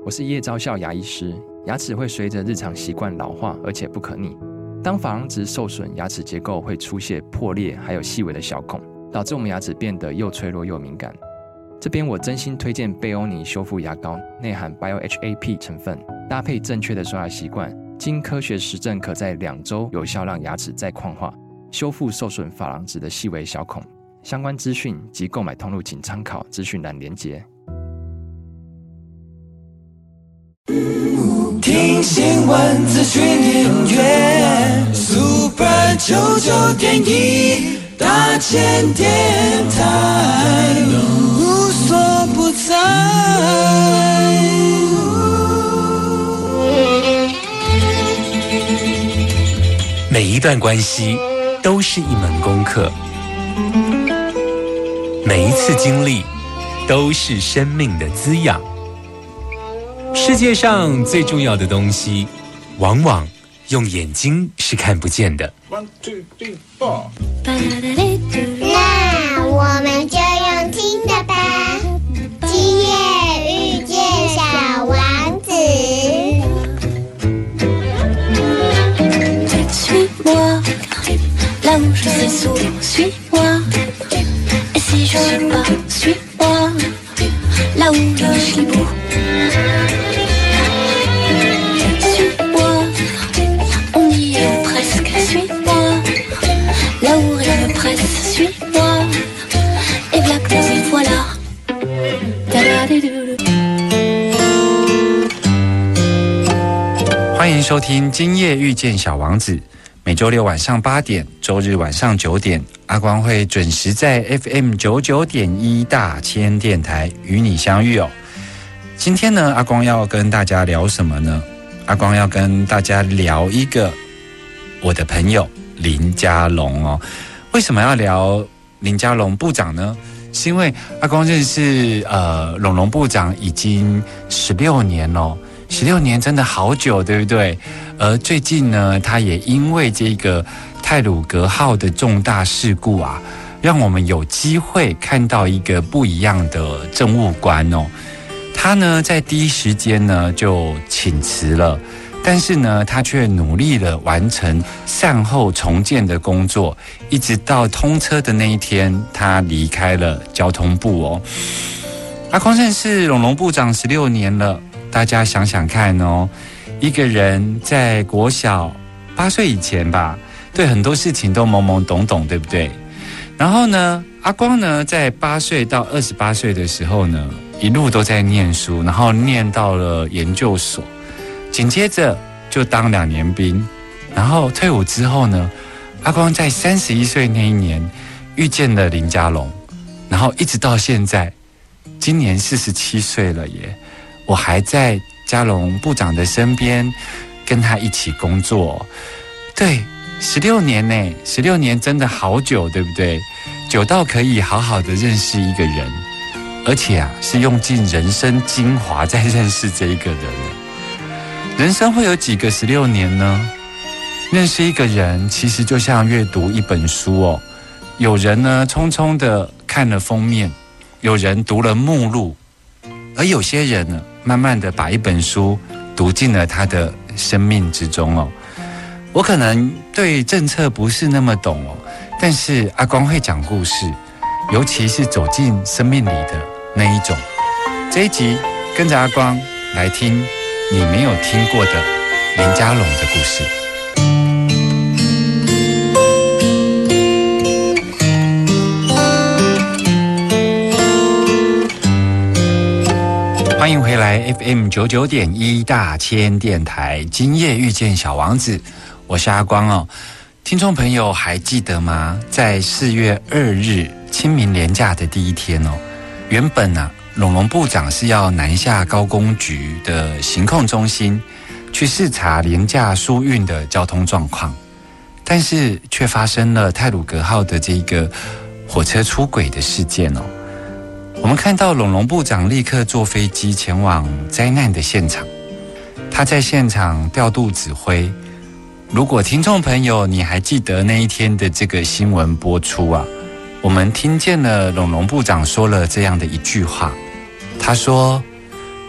我是叶昭孝牙医师。牙齿会随着日常习惯老化，而且不可逆。当珐琅质受损，牙齿结构会出现破裂，还有细微的小孔，导致我们牙齿变得又脆弱又敏感。这边我真心推荐贝欧尼修复牙膏，内含 BioHAP 成分，搭配正确的刷牙习惯，经科学实证可在2周有效让牙齿再矿化，修复受损珐琅质的细微小孔。相关资讯及购买通路请参考资讯栏连结。 听新闻资讯音乐 Super 99.1大千电台无所不在。 每一段关系都是一门功课，每一次经历都是生命的滋养。世界上最重要的东西，往往用眼睛是看不见的。 1, 2, 3, 4。 那我们就用听的吧。今夜遇见小王子。 Suis-moi, là où je sais souvent, suis-moi. Et si je suis pas, suis-moi, là où le chibou. 欢迎收听今夜遇见小王子，每周六晚上8点，周日晚上9点，阿光会准时在 FM 99.1大千电台与你相遇哦。今天呢，阿光要跟大家聊什么呢？阿光要跟大家聊一个我的朋友林佳龙哦。为什么要聊林佳龙部长呢？是因为阿光认识龙部长已经16年了，16年真的好久，对不对？而最近呢，他也因为这个太鲁阁号的重大事故啊，让我们有机会看到一个不一样的政务官哦。他呢，在第一时间呢就请辞了，但是呢，他却努力的完成善后重建的工作，一直到通车的那一天，他离开了交通部哦。阿光认识龙部长16年了，大家想想看哦，一个人在国小8岁以前吧，对很多事情都懵懵懂懂，对不对？然后呢，阿光呢，在8岁到28岁的时候呢，一路都在念书，然后念到了研究所，紧接着就当2年兵，然后退伍之后呢，阿光在31岁那一年遇见了林佳龙，然后一直到现在，今年47岁了耶，我还在佳龙部长的身边，跟他一起工作。对，16年呢，16年真的好久，对不对？久到可以好好的认识一个人，而且啊，是用尽人生精华在认识这一个人。人生会有几个16年呢？认识一个人其实就像阅读一本书哦，有人呢匆匆的看了封面，有人读了目录，而有些人呢慢慢的把一本书读进了他的生命之中哦。我可能对政策不是那么懂哦，但是阿光会讲故事，尤其是走进生命里的那一种。这一集跟着阿光来听你没有听过的林佳龙的故事。欢迎回来 FM 99.1大千电台，今夜遇见小王子，我是阿光哦。听众朋友还记得吗？在4月2日清明连假的第一天哦，原本啊，龙部长是要南下高工局的行控中心去视察连假疏运的交通状况，但是却发生了太鲁阁号的这个火车出轨的事件哦。我们看到龙部长立刻坐飞机前往灾难的现场，他在现场调度指挥。如果听众朋友你还记得那一天的这个新闻播出啊，我们听见了龙部长说了这样的一句话，他说：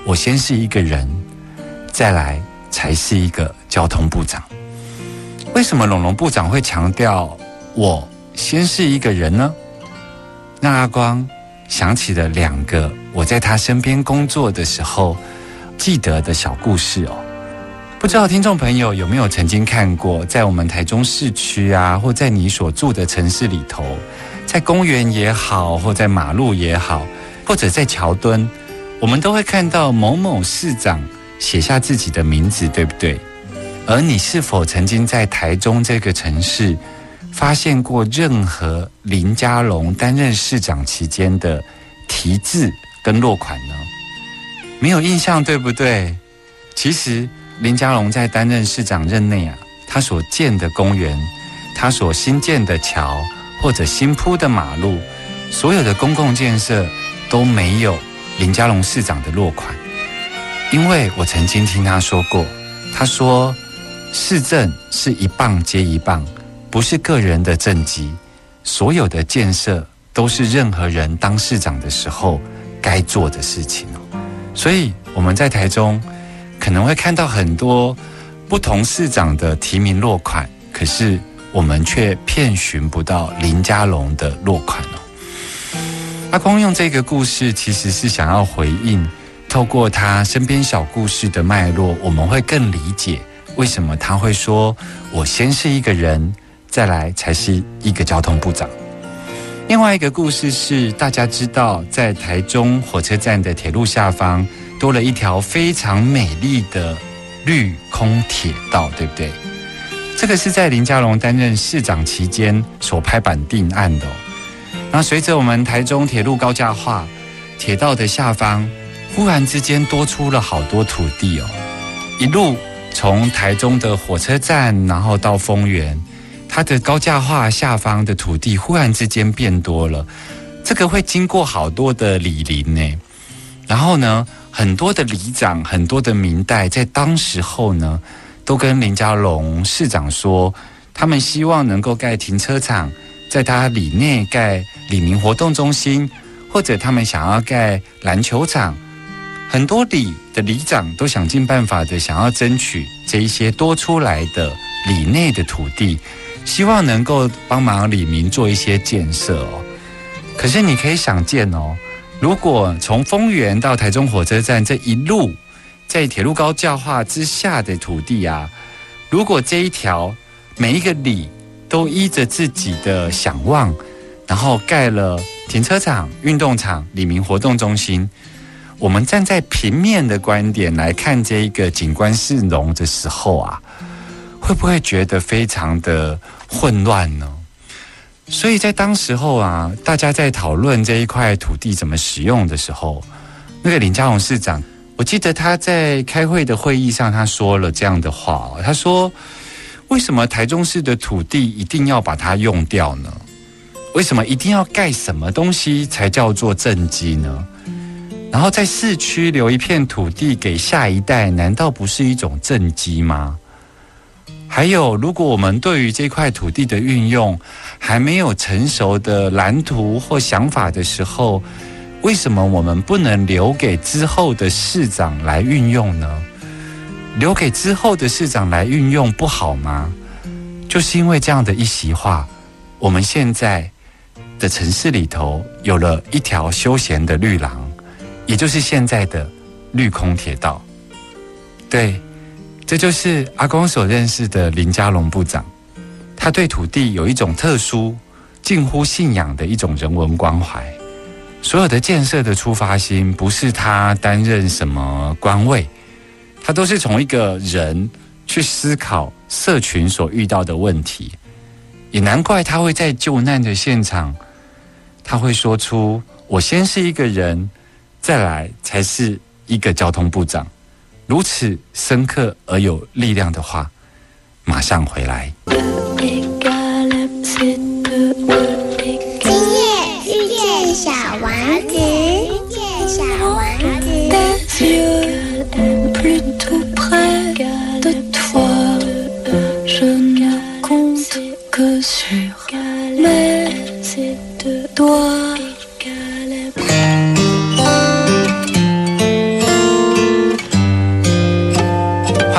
我先是一个人，再来才是一个交通部长。为什么龙龙部长会强调我先是一个人呢？让阿光想起了2个我在他身边工作的时候记得的小故事哦。不知道听众朋友有没有曾经看过，在我们台中市区啊，或在你所住的城市里头，在公园也好，或在马路也好，或者在桥墩，我们都会看到某某市长写下自己的名字，对不对？而你是否曾经在台中这个城市发现过任何林佳龙担任市长期间的题字跟落款呢？没有印象，对不对？其实林佳龙在担任市长任内啊，他所建的公园，他所新建的桥，或者新铺的马路，所有的公共建设都没有林佳龙市长的落款。因为我曾经听他说过，他说市政是一棒接一棒，不是个人的政绩，所有的建设都是任何人当市长的时候该做的事情哦。所以我们在台中可能会看到很多不同市长的提名落款，可是我们却遍寻不到林佳龙的落款哦。阿光用这个故事其实是想要回应，透过他身边小故事的脉络，我们会更理解为什么他会说我先是一个人，再来才是一个交通部长。另外一个故事是，大家知道在台中火车站的铁路下方多了一条非常美丽的绿空铁道，对不对？这个是在林佳龙担任市长期间所拍板定案的哦。那随着我们台中铁路高架化，铁道的下方忽然之间多出了好多土地哦，一路从台中的火车站，然后到丰原，它的高架化下方的土地忽然之间变多了。这个会经过好多的里邻呢，然后呢，很多的里长，很多的民代，在当时候呢，都跟林佳龙市长说，他们希望能够盖停车场，在他里内盖里民活动中心，或者他们想要盖篮球场。很多里的里长都想尽办法的想要争取这一些多出来的里内的土地，希望能够帮忙里民做一些建设哦。可是你可以想见哦，如果从丰原到台中火车站这一路在铁路高架化之下的土地啊，如果这一条每一个里都依着自己的想望，然后盖了停车场、运动场、里民活动中心，我们站在平面的观点来看这一个景观市容的时候啊，会不会觉得非常的混乱呢？所以在当时候啊，大家在讨论这一块土地怎么使用的时候，那个林佳龙市长，我记得他在开会的会议上他说了这样的话，他说为什么台中市的土地一定要把它用掉呢？为什么一定要盖什么东西才叫做政绩呢？然后在市区留一片土地给下一代，难道不是一种政绩吗？还有，如果我们对于这块土地的运用还没有成熟的蓝图或想法的时候，为什么我们不能留给之后的市长来运用呢？留给之后的市长来运用不好吗？就是因为这样的一席话，我们现在的城市里头有了一条休闲的绿廊，也就是现在的绿空铁道。对，这就是阿公所认识的林佳龙部长，他对土地有一种特殊近乎信仰的一种人文关怀。所有的建设的出发心不是他担任什么官位，他都是从一个人去思考社群所遇到的问题。也难怪他会在救难的现场，他会说出我先是一个人，再来才是一个交通部长，如此深刻而有力量的话，马上回来。 今夜遇见小王子，遇见小王子。 Plutôt près de toi, je ne compte que sur mes doigts.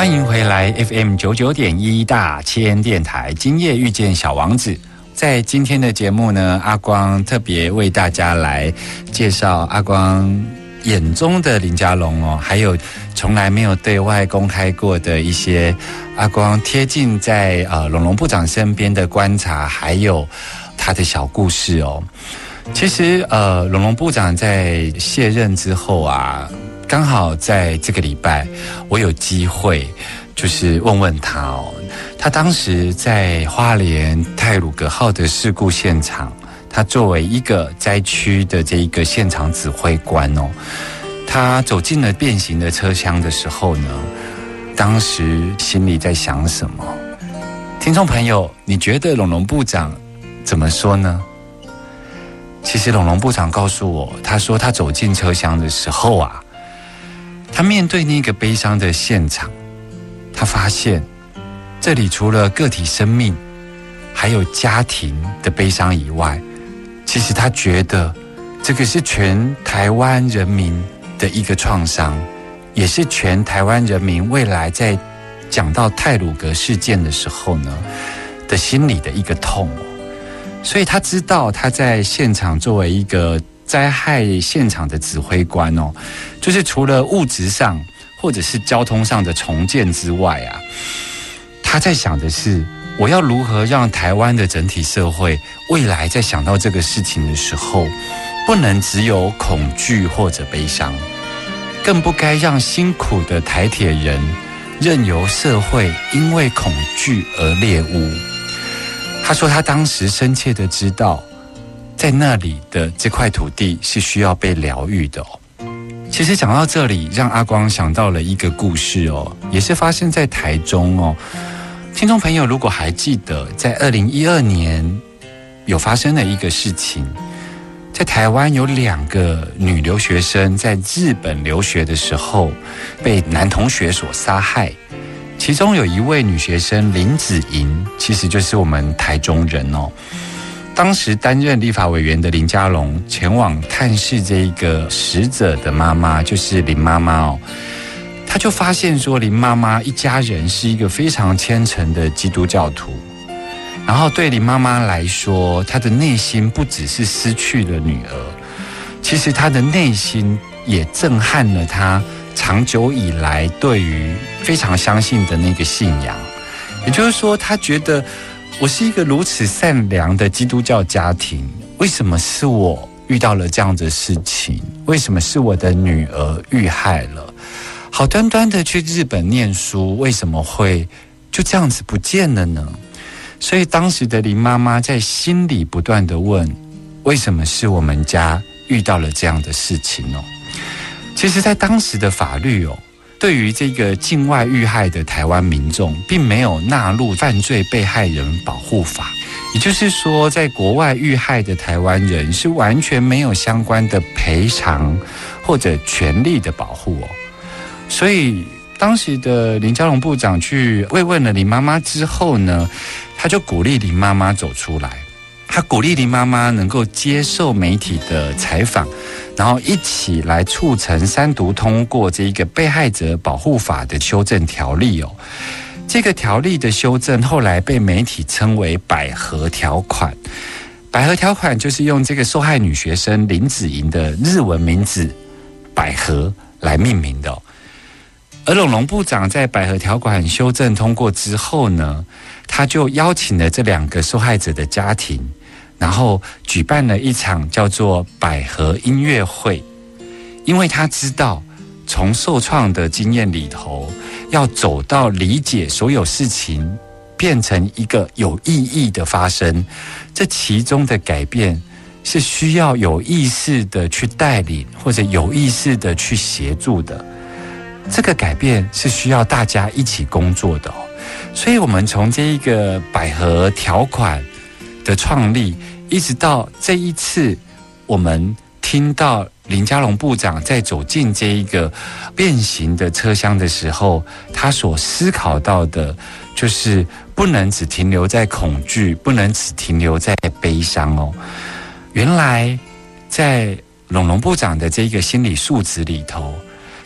欢迎回来 FM 99.1大千电台，今夜遇见小王子。在今天的节目呢，阿光特别为大家来介绍阿光眼中的林佳龙哦，还有从来没有对外公开过的一些阿光贴近在龙龙部长身边的观察，还有他的小故事哦。其实龙龙部长在卸任之后啊，刚好在这个礼拜，我有机会就是问问他哦。他当时在花莲太鲁阁号的事故现场，他作为一个灾区的这一个现场指挥官哦，他走进了变形的车厢的时候呢，当时心里在想什么？听众朋友，你觉得龙龙部长怎么说呢？其实龙龙部长告诉我，他说他走进车厢的时候啊，他面对那个悲伤的现场，他发现这里除了个体生命还有家庭的悲伤以外，其实他觉得这个是全台湾人民的一个创伤，也是全台湾人民未来在讲到太鲁阁事件的时候呢的心里的一个痛。所以他知道他在现场作为一个灾害现场的指挥官哦，就是除了物质上或者是交通上的重建之外啊，他在想的是我要如何让台湾的整体社会未来在想到这个事情的时候，不能只有恐惧或者悲伤，更不该让辛苦的台铁人任由社会因为恐惧而猎巫。他说他当时深切的知道，在那里的这块土地是需要被疗愈的哦。其实讲到这里，让阿光想到了一个故事哦，也是发生在台中哦。听众朋友如果还记得，在2012年有发生了一个事情，在台湾有2个女留学生在日本留学的时候被男同学所杀害。其中有一位女学生林子莹，其实就是我们台中人哦。当时担任立法委员的林佳龙前往探视这一个死者的妈妈，就是林妈妈哦。他就发现说，林妈妈一家人是一个非常虔诚的基督教徒。然后对林妈妈来说，她的内心不只是失去了女儿，其实她的内心也震撼了她长久以来对于非常相信的那个信仰。也就是说，他觉得我是一个如此善良的基督教家庭，为什么是我遇到了这样的事情？为什么是我的女儿遇害了？好端端的去日本念书，为什么会就这样子不见了呢？所以当时的林妈妈在心里不断的问，为什么是我们家遇到了这样的事情哦？其实在当时的法律哦，对于这个境外遇害的台湾民众并没有纳入犯罪被害人保护法，也就是说在国外遇害的台湾人是完全没有相关的赔偿或者权利的保护哦。所以当时的林佳龙部长去慰问了林妈妈之后呢，他就鼓励林妈妈走出来，他鼓励林妈妈能够接受媒体的采访，然后一起来促成3读通过这一个被害者保护法的修正条例哦。这个条例的修正后来被媒体称为百合条款。百合条款就是用这个受害女学生林子莹的日文名字百合来命名的哦。而龙龙部长在百合条款修正通过之后呢，他就邀请了这2个受害者的家庭，然后举办了一场叫做百合音乐会。因为他知道从受创的经验里头，要走到理解所有事情变成一个有意义的发生，这其中的改变是需要有意识的去带领，或者有意识的去协助的。这个改变是需要大家一起工作的哦。所以我们从这一个百合条款的创立，一直到这一次我们听到林佳龙部长在走进这一个变形的车厢的时候，他所思考到的就是不能只停留在恐惧，不能只停留在悲伤哦。原来在龙龙部长的这个心理素质里头，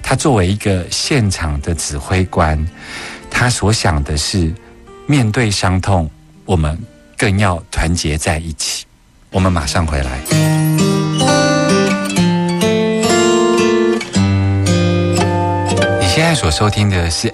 他作为一个现场的指挥官，他所想的是，面对伤痛，我们更要团结在一起。我们马上回来。你现在所收听的是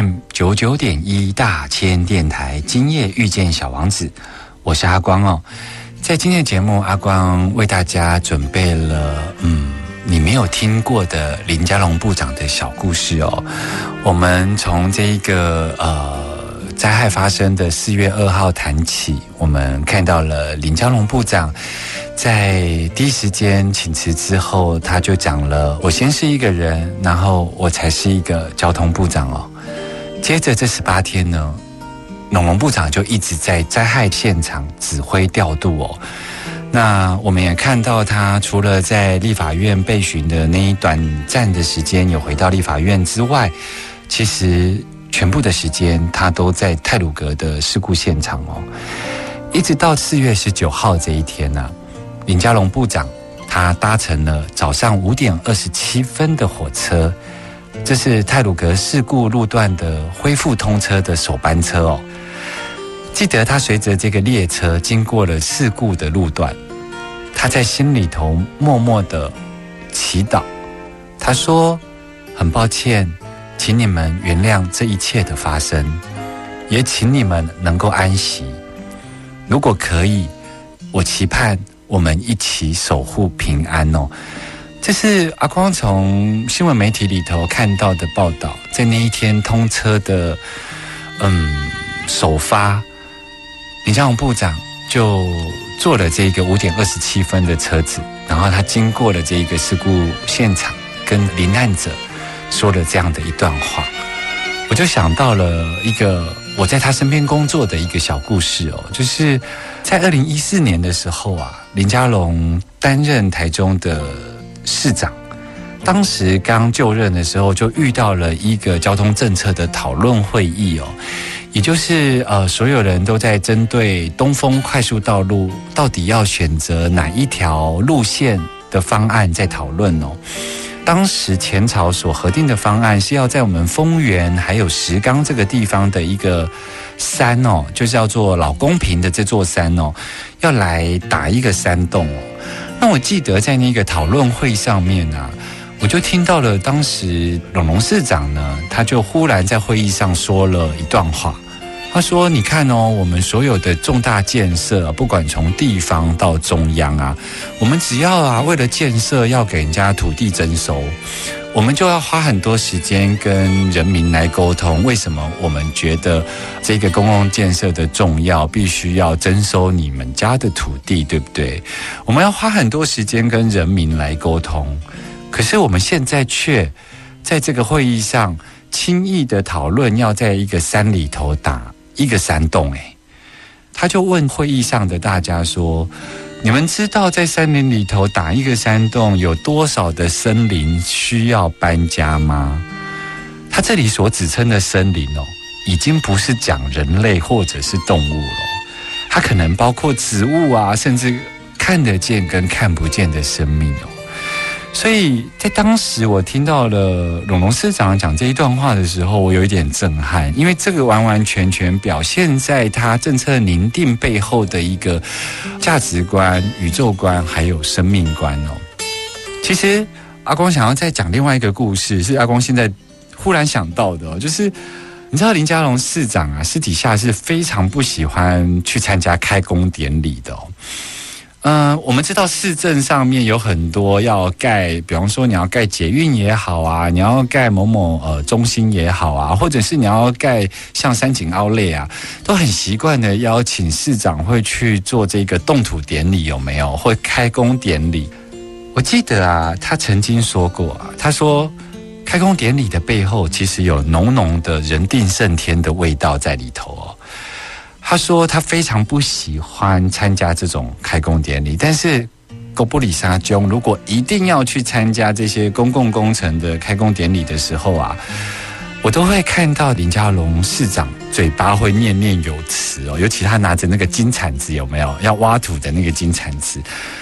FM99.1 大千电台，今夜遇见小王子，我是阿光哦。在今天的节目，阿光为大家准备了你没有听过的林佳龙部长的小故事哦。我们从这一个灾害发生的4月2号谈起，我们看到了林佳龙部长在第一时间请辞之后，他就讲了，我先是一个人，然后我才是一个交通部长哦。接着这18天呢，龙龙部长就一直在灾害现场指挥调度哦。那我们也看到他除了在立法院备询的那一短暂的时间有回到立法院之外，其实全部的时间他都在太鲁阁的事故现场哦。一直到4月19号这一天呢，林佳龙部长他搭乘了早上5点27分的火车，这是太鲁阁事故路段的恢复通车的首班车哦。记得他随着这个列车经过了事故的路段，他在心里头默默的祈祷，他说，很抱歉，请你们原谅这一切的发生，也请你们能够安息。如果可以，我期盼我们一起守护平安哦。这是阿光从新闻媒体里头看到的报道，在那一天通车的首发，林佳龙部长就坐了这个5点27分的车子，然后他经过了这个事故现场，跟罹难者说了这样的一段话。我就想到了一个我在他身边工作的一个小故事哦，就是在2014年的时候啊，林佳龙担任台中的市长，当时刚就任的时候就遇到了一个交通政策的讨论会议哦，也就是所有人都在针对东丰快速道路到底要选择哪一条路线的方案在讨论哦。当时前朝所核定的方案是要在我们丰原还有石冈这个地方的一个山哦，就叫做老公坪的这座山哦，要来打一个山洞哦。那我记得在那个讨论会上面啊，我就听到了当时龙龙市长呢，他就忽然在会议上说了一段话。他说，你看哦，我们所有的重大建设，不管从地方到中央啊，我们只要为了建设要给人家土地征收，我们就要花很多时间跟人民来沟通，为什么我们觉得这个公共建设的重要，必须要征收你们家的土地，对不对？我们要花很多时间跟人民来沟通，可是我们现在却在这个会议上轻易的讨论要在一个山里头打一个山洞。他就问会议上的大家说，你们知道在森林里头打一个山洞有多少的森林需要搬家吗？他这里所指称的森林哦，已经不是讲人类或者是动物了，它可能包括植物啊，甚至看得见跟看不见的生命哦。所以在当时我听到了龙龙市长讲这一段话的时候，我有一点震撼，因为这个完完全全表现在他政策拟定背后的一个价值观、宇宙观还有生命观哦。其实阿光想要再讲另外一个故事，是阿光现在忽然想到的哦，就是你知道林佳龙市长啊，私底下是非常不喜欢去参加开工典礼的哦。我们知道市政上面有很多要盖，比方说你要盖捷运也好啊，你要盖某某中心也好啊，或者是你要盖像三井奥莱啊，都很习惯的邀请市长会去做这个动土典礼，有没有？或开工典礼？我记得啊，他曾经说过啊，他说开工典礼的背后其实有浓浓的人定胜天的味道在里头哦。他说他非常不喜欢参加这种开工典礼，但是狗不理沙中如果一定要去参加这些公共工程的开工典礼的时候啊，我都会看到林佳龙市长嘴巴会念念有词哦，尤其他拿着那个金铲子，有没有要挖土的那个金铲子，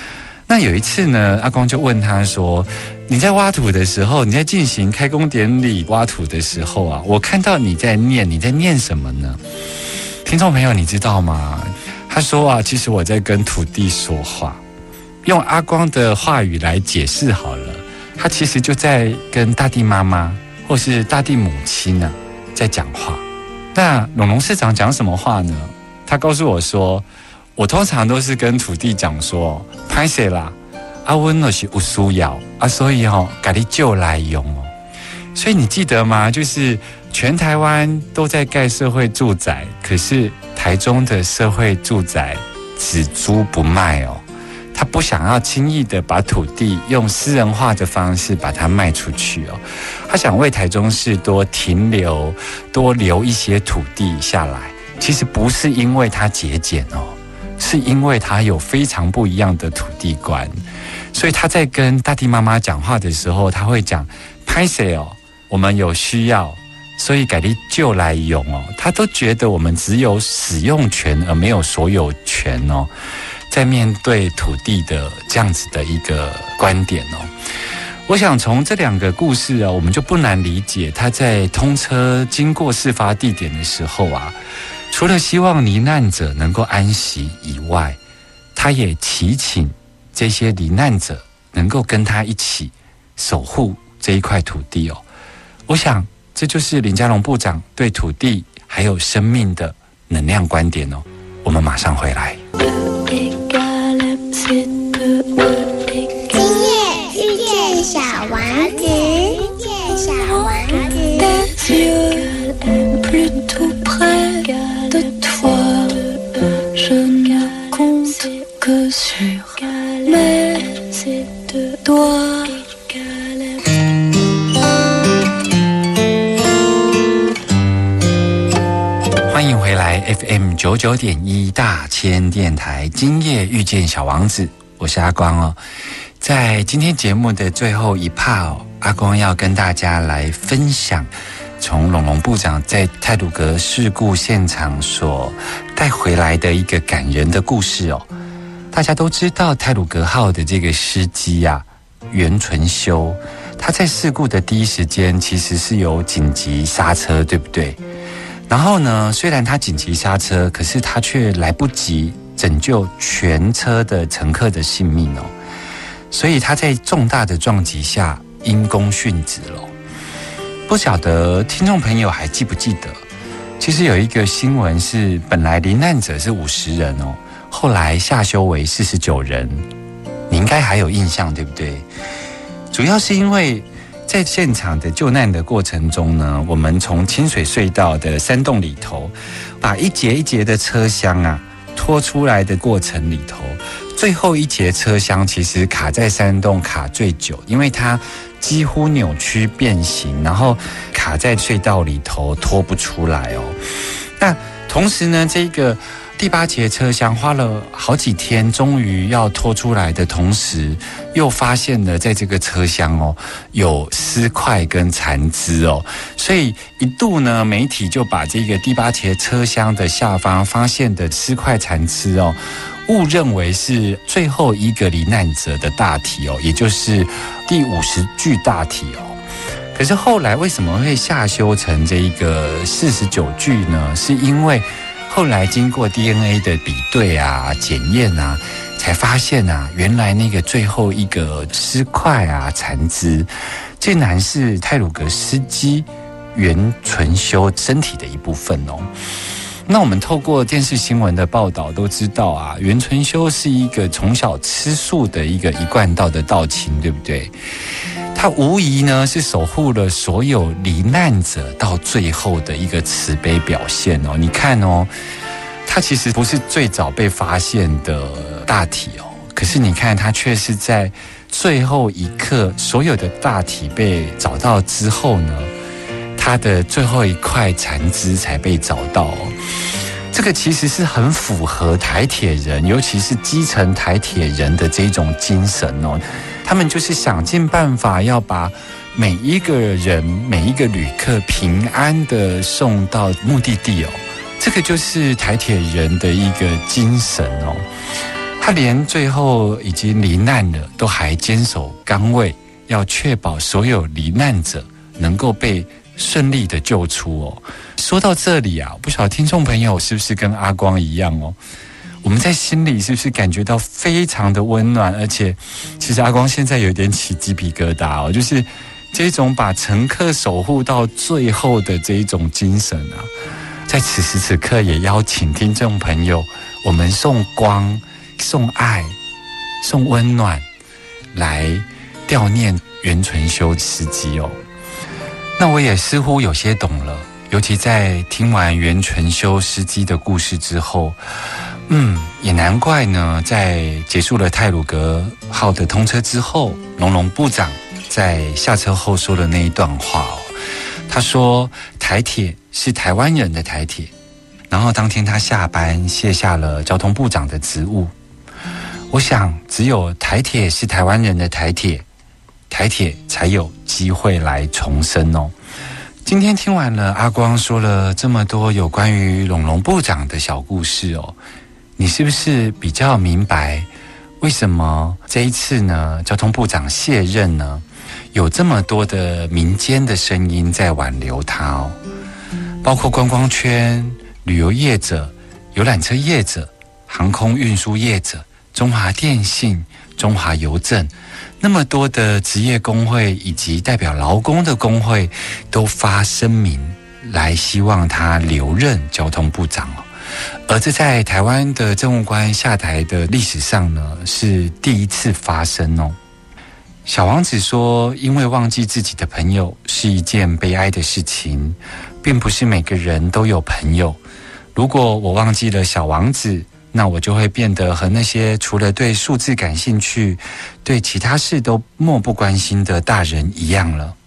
那有一次呢，阿光就问他说，你在挖土的时候，你在进行开工典礼挖土的时候啊，我看到你在念什么呢？听众朋友你知道吗？他说啊，其实我在跟土地说话，用阿光的话语来解释好了，他其实就在跟大地妈妈或是大地母亲啊在讲话。那龙龙市长讲什么话呢？他告诉我说，我通常都是跟土地讲说，拍谁啦？啊，我那是有需要啊，所以给你就来用哦。所以你记得吗？就是全台湾都在盖社会住宅，可是台中的社会住宅只租不卖哦。他不想要轻易的把土地用私人化的方式把它卖出去哦。他想为台中市多留一些土地下来。其实不是因为他节俭哦，是因为他有非常不一样的土地观。所以他在跟大地妈妈讲话的时候，他会讲拍谁哦，我们有需要，所以改立就来用哦。他都觉得我们只有使用权而没有所有权哦。在面对土地的这样子的一个观点哦，我想从这两个故事啊，我们就不难理解，他在通车经过事发地点的时候啊，除了希望罹难者能够安息以外，他也祈请这些罹难者能够跟他一起守护这一块土地哦。我想这就是林佳龙部长对土地还有生命的能量观点哦。我们马上回来。 今夜遇见小王子，遇见小王子。 plutôt près de toi, je ne compte que sur mes doigts. 欢迎回来 FM 99.1大千电台，今夜遇见小王子，我是阿光哦。在今天节目的最后一 part 哦，阿光要跟大家来分享从龙龙部长在太鲁阁事故现场所带回来的一个感人的故事哦。大家都知道太鲁阁号的这个司机啊，袁纯修，他在事故的第一时间其实是有紧急刹车，对不对？然后呢，虽然他紧急刹车，可是他却来不及拯救全车的乘客的性命哦。所以他在重大的撞击下因公殉职了。不晓得听众朋友还记不记得，其实有一个新闻是本来罹难者是50人哦，后来下修为49人，你应该还有印象对不对？主要是因为在现场的救难的过程中呢，我们从清水隧道的山洞里头把一节一节的车厢啊拖出来的过程里头，最后一节车厢其实卡在山洞卡最久，因为它几乎扭曲变形，然后卡在隧道里头拖不出来哦。那同时呢，这个第8节车厢花了好几天，终于要拖出来的同时，又发现了在这个车厢哦有尸块跟残肢哦，所以一度呢，媒体就把这个第8节车厢的下方发现的尸块残肢哦，误认为是最后一个罹难者的大体哦，也就是第50具大体哦。可是后来为什么会下修成这一个49具呢？是因为后来经过 DNA 的比对啊、检验啊，才发现啊，原来那个最后一个尸块啊、残肢，竟然是太鲁阁司机袁纯修身体的一部分哦。那我们透过电视新闻的报道都知道啊，袁纯修是一个从小吃素的一贯道的道亲，对不对？他无疑呢是守护了所有罹难者到最后的一个慈悲表现哦。你看哦，他其实不是最早被发现的大体哦，可是你看他却是在最后一刻，所有的大体被找到之后呢，他的最后一块残肢才被找到哦。这个其实是很符合台铁人，尤其是基层台铁人的这种精神哦。他们就是想尽办法要把每一个人、每一个旅客平安的送到目的地哦。这个就是台铁人的一个精神哦。 他连最后已经罹难了，都还坚守岗位，要确保所有罹难者能够被顺利的救出哦。说到这里啊，不晓得听众朋友是不是跟阿光一样哦？我们在心里是不是感觉到非常的温暖？而且，其实阿光现在有点起鸡皮疙瘩哦，就是这种把乘客守护到最后的这一种精神啊，在此时此刻也邀请听众朋友，我们送光、送爱、送温暖，来悼念袁纯修司机哦。那我也似乎有些懂了，尤其在听完袁纯修司机的故事之后，也难怪呢，在结束了太鲁阁号的通车之后，龙龙部长在下车后说的那一段话哦，他说台铁是台湾人的台铁，然后当天他下班卸下了交通部长的职务。我想只有台铁是台湾人的台铁，台铁才有机会来重生哦。今天听完了阿光说了这么多有关于龙龙部长的小故事哦，你是不是比较明白为什么这一次呢交通部长卸任呢，有这么多的民间的声音在挽留他哦？包括观光圈、旅游业者、游览车业者、航空运输业者、中华电信、中华邮政，那么多的职业工会以及代表劳工的工会都发声明来希望他留任交通部长哦。而这在台湾的政务官下台的历史上呢，是第一次发生哦。小王子说，因为忘记自己的朋友是一件悲哀的事情，并不是每个人都有朋友。如果我忘记了小王子，那我就会变得和那些除了对数字感兴趣，对其他事都漠不关心的大人一样了。